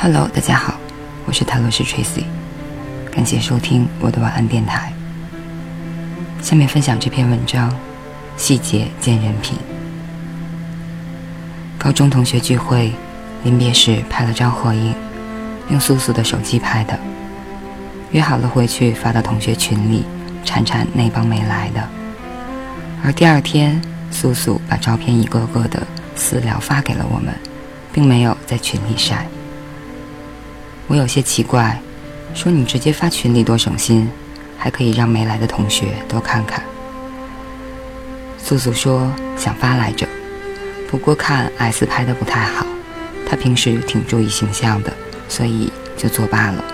Hello， 大家好，我是塔罗师 Tracy， 感谢收听我的晚安电台。下面分享这篇文章：细节见人品。高中同学聚会，临别时拍了张合影，用素素的手机拍的，约好了回去发到同学群里，铲铲那帮没来的。而第二天，素素把照片一个个的私聊发给了我们，并没有在群里晒。我有些奇怪，说你直接发群里多省心，还可以让没来的同学都看看。素素说想发来着，不过看 S 拍的不太好，她平时挺注意形象的，所以就作罢了。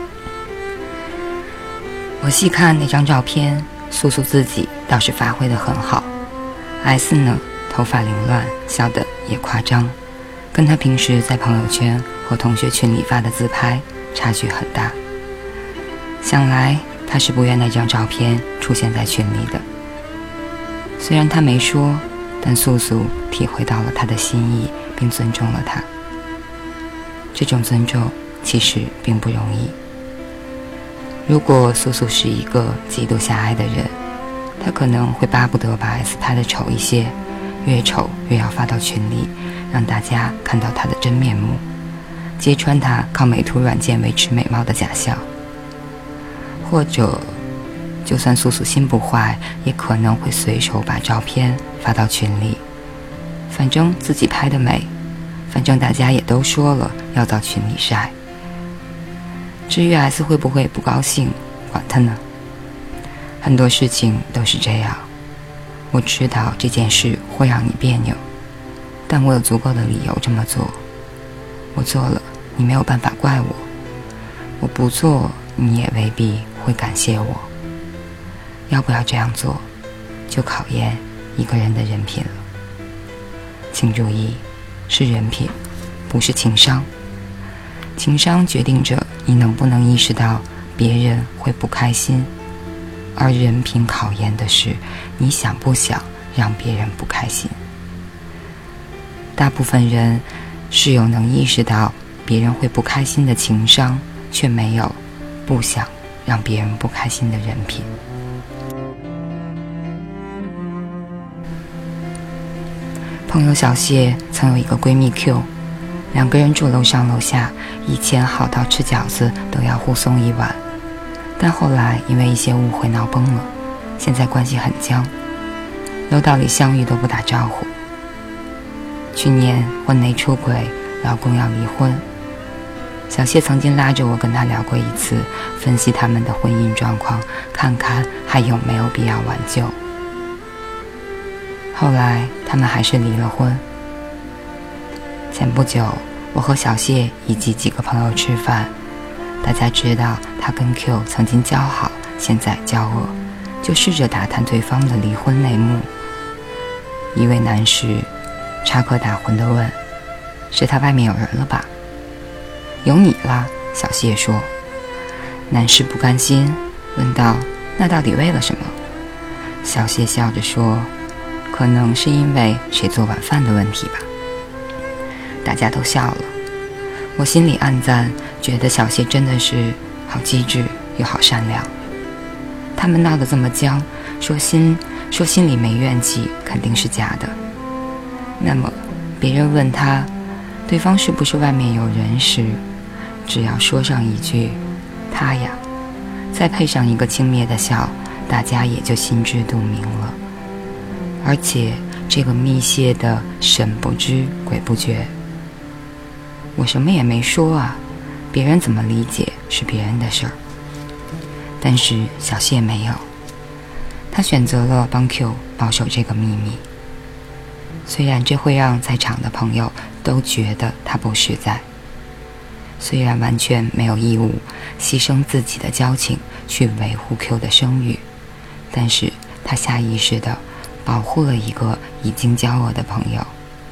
我细看那张照片，素素自己倒是发挥得很好， S 呢头发凌乱，笑得也夸张，跟她平时在朋友圈和同学群里发的自拍差距很大。想来她是不愿那张照片出现在群里的。虽然她没说，但素素体会到了她的心意，并尊重了她。这种尊重其实并不容易。如果素素是一个极度狭隘的人，她可能会巴不得把 S 拍的丑一些，越丑越要发到群里，让大家看到她的真面目，揭穿她靠美图软件维持美貌的假象。或者就算素素心不坏，也可能会随手把照片发到群里，反正自己拍的美，反正大家也都说了要到群里晒。至于 S 会不会不高兴，管他呢。很多事情都是这样，我知道这件事会让你别扭，但我有足够的理由这么做。我做了，你没有办法怪我；我不做，你也未必会感谢我。要不要这样做，就考验一个人的人品了。请注意，是人品，不是情商。情商决定着你能不能意识到别人会不开心，而人品考验的是你想不想让别人不开心。大部分人是有能意识到别人会不开心的情商，却没有不想让别人不开心的人品。朋友小谢曾有一个闺蜜 Q， 两个人住楼上楼下，以前好到吃饺子都要互送一碗，但后来因为一些误会闹崩了，现在关系很僵，楼道里相遇都不打招呼。去年婚内出轨，老公要离婚，小谢曾经拉着我跟他聊过一次，分析他们的婚姻状况，看看还有没有必要挽救。后来他们还是离了婚。前不久我和小谢以及几个朋友吃饭，大家知道他跟 Q 曾经交好，现在交恶，就试着打探对方的离婚内幕。一位男士插科打诨地问，是他外面有人了吧？有你啦，小谢说。男士不甘心问道，那到底为了什么？小谢笑着说，可能是因为谁做晚饭的问题吧。大家都笑了，我心里暗赞，觉得小谢真的是好机智又好善良。他们闹得这么僵，说心里没怨气，肯定是假的。那么别人问他对方是不是外面有人时，只要说上一句他呀，再配上一个轻蔑的笑，大家也就心知肚明了。而且这个密切的神不知鬼不觉，我什么也没说啊，别人怎么理解是别人的事儿。但是小谢没有，他选择了帮 Q 保守这个秘密。虽然这会让在场的朋友都觉得他不实在，虽然完全没有义务牺牲自己的交情去维护 Q 的声誉，但是他下意识地保护了一个已经交恶的朋友。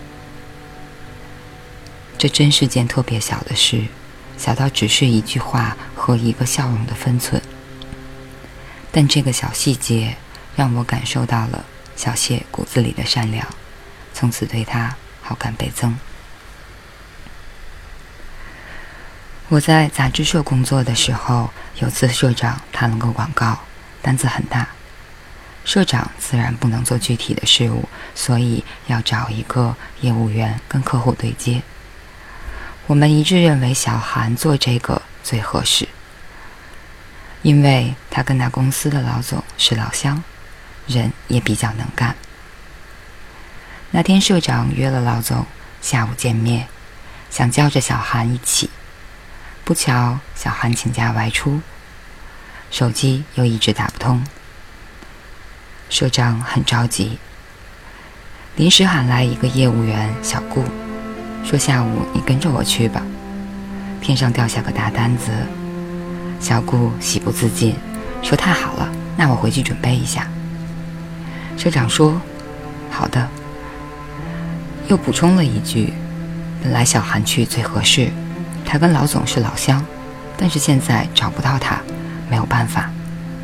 这真是件特别小的事，小到只是一句话和一个笑容的分寸。但这个小细节让我感受到了小谢骨子里的善良，从此对他好感倍增。 我在杂志社工作的时候，有次社长谈了个广告，单子很大，社长自然不能做具体的事务，所以要找一个业务员跟客户对接。我们一致认为小韩做这个最合适，因为他跟那公司的老总是老乡，人也比较能干。那天社长约了老总下午见面，想叫着小韩一起，不巧小韩请假外出，手机又一直打不通。社长很着急，临时喊来一个业务员小顾，说下午你跟着我去吧，天上掉下个大单子。小顾喜不自禁，说太好了，那我回去准备一下。社长说好的，又补充了一句，本来小韩去最合适，他跟老总是老乡，但是现在找不到他，没有办法。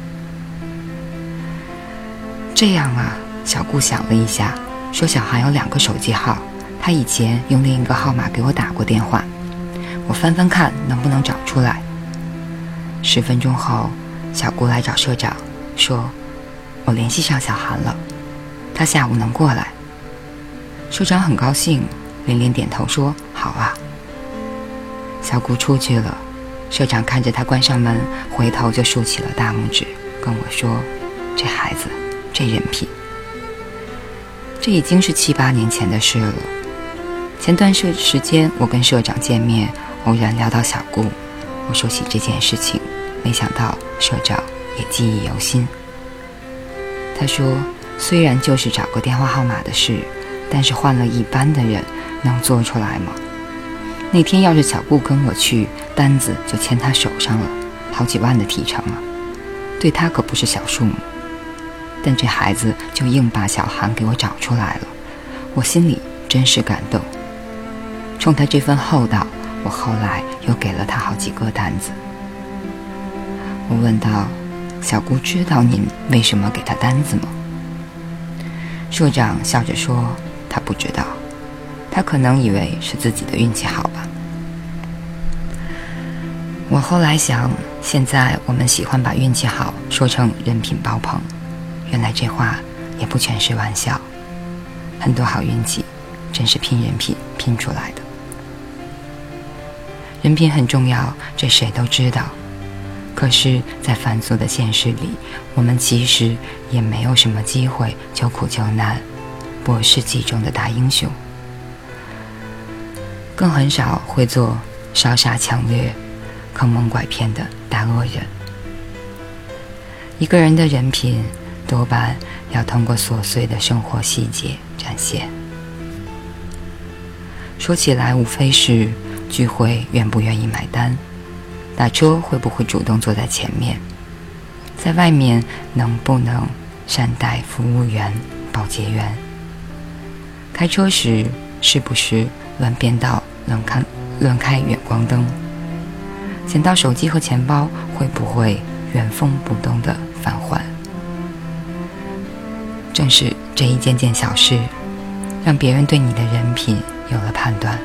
这样啊，小顾想了一下，说小韩有2个手机号，他以前用另一个号码给我打过电话，我翻翻看能不能找出来。10分钟后，小顾来找社长，说我联系上小韩了，他下午能过来。社长很高兴，连连点头说好啊。小顾出去了，社长看着他关上门，回头就竖起了大拇指，跟我说这孩子这人品。这已经是7、8年前的事了。前段时间我跟社长见面，偶然聊到小顾，我说起这件事情，没想到社长也记忆犹新。他说虽然就是找个电话号码的事，但是换了一般的人能做出来吗？那天要是小顾跟我去，单子就签他手上了，好几万的提成了，对他可不是小数目。但这孩子就硬把小韩给我找出来了，我心里真是感动。冲他这份厚道，我后来又给了他好几个单子。我问道，小顾知道您为什么给他单子吗？社长笑着说他不知道，他可能以为是自己的运气好吧。我后来想，现在我们喜欢把运气好说成人品爆棚，原来这话也不全是玩笑，很多好运气真是拼人品拼出来的。人品很重要，这谁都知道，可是在繁琐的现实里，我们其实也没有什么机会救苦救难，博世纪中的大英雄，更很少会做烧杀抢掠坑蒙拐骗的大恶人。一个人的人品多半要通过琐碎的生活细节展现。说起来无非是聚会愿不愿意买单，打车会不会主动坐在前面，在外面能不能善待服务员、保洁员，开车时是不是乱变道、乱开远光灯，捡到手机和钱包会不会原封不动地返还。正是这一件件小事，让别人对你的人品有了判断。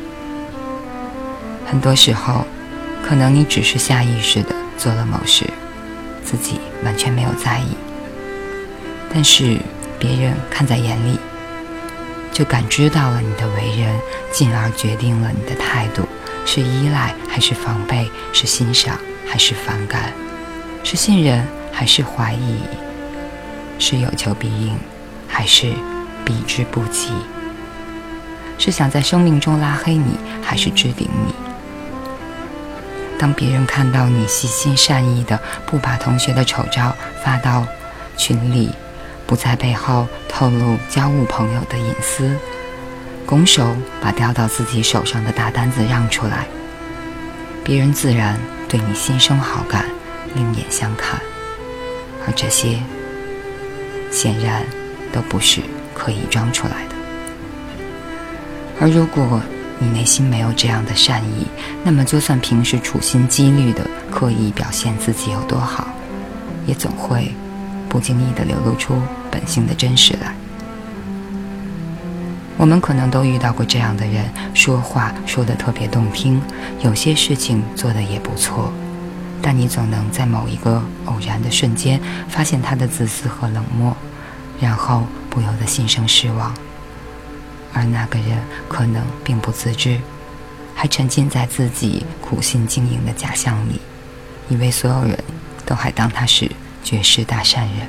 很多时候，可能你只是下意识地做了某事，自己完全没有在意，但是别人看在眼里，就感知到了你的为人，进而决定了你的态度是依赖还是防备，是欣赏还是反感，是信任还是怀疑，是有求必应还是避之不及，是想在生命中拉黑你还是置顶你。当别人看到你细心善意的不把同学的丑照发到群里，不在背后透露交恶朋友的隐私，拱手把掉到自己手上的大单子让出来，别人自然对你心生好感，另眼相看。而这些显然都不是刻意装出来的。而如果你内心没有这样的善意，那么就算平时处心积虑的刻意表现自己有多好，也总会不经意地流露出本性的真实来。 我们可能都遇到过这样的人，说话说得特别动听，有些事情做得也不错，但你总能在某一个偶然的瞬间发现他的自私和冷漠，然后不由得心生失望。而那个人可能并不自知，还沉浸在自己苦心经营的假象里，以为所有人都还当他是绝世大善人。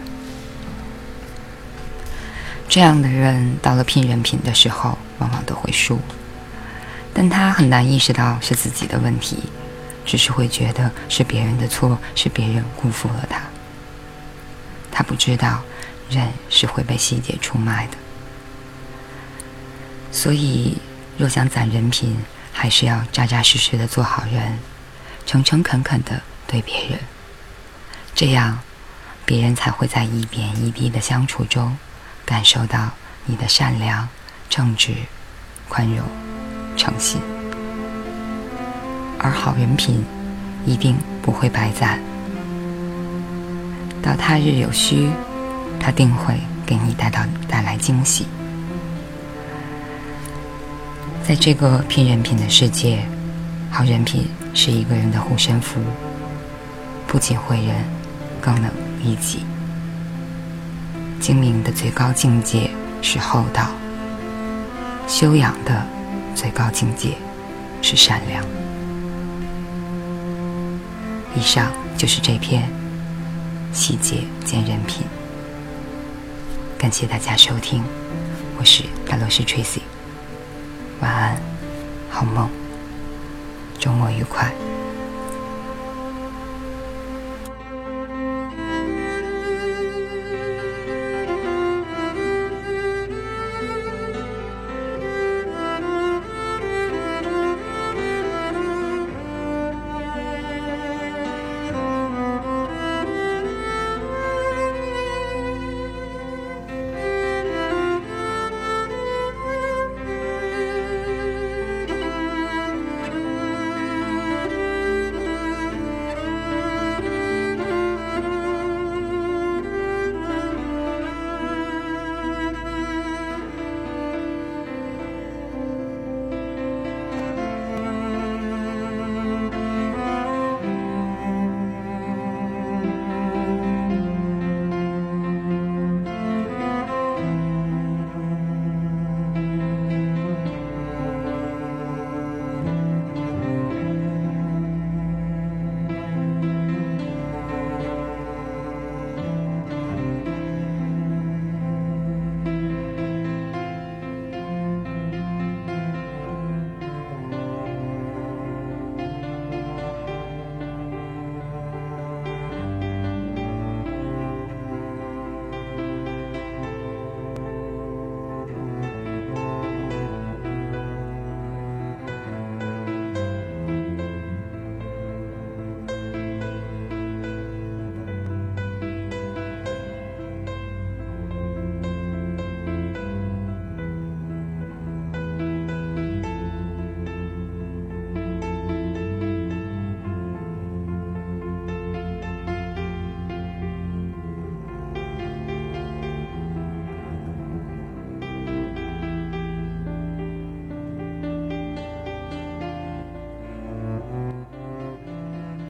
这样的人到了拼人品的时候往往都会输，但他很难意识到是自己的问题，只是会觉得是别人的错，是别人辜负了他。他不知道人是会被细节出卖的，所以若想攒人品，还是要扎扎实实的做好人，诚诚恳恳的对别人，这样别人才会在一点一滴的相处中感受到你的善良、正直、宽容、诚信。而好人品一定不会白攒，到他日有需，他定会给你带来惊喜。在这个拼人品的世界，好人品是一个人的护身符，不仅惠人，更能利己。精明的最高境界是厚道，修养的最高境界是善良。以上就是这篇细节见人品，感谢大家收听，我是大罗斯 Tracy， 晚安，好梦，周末愉快。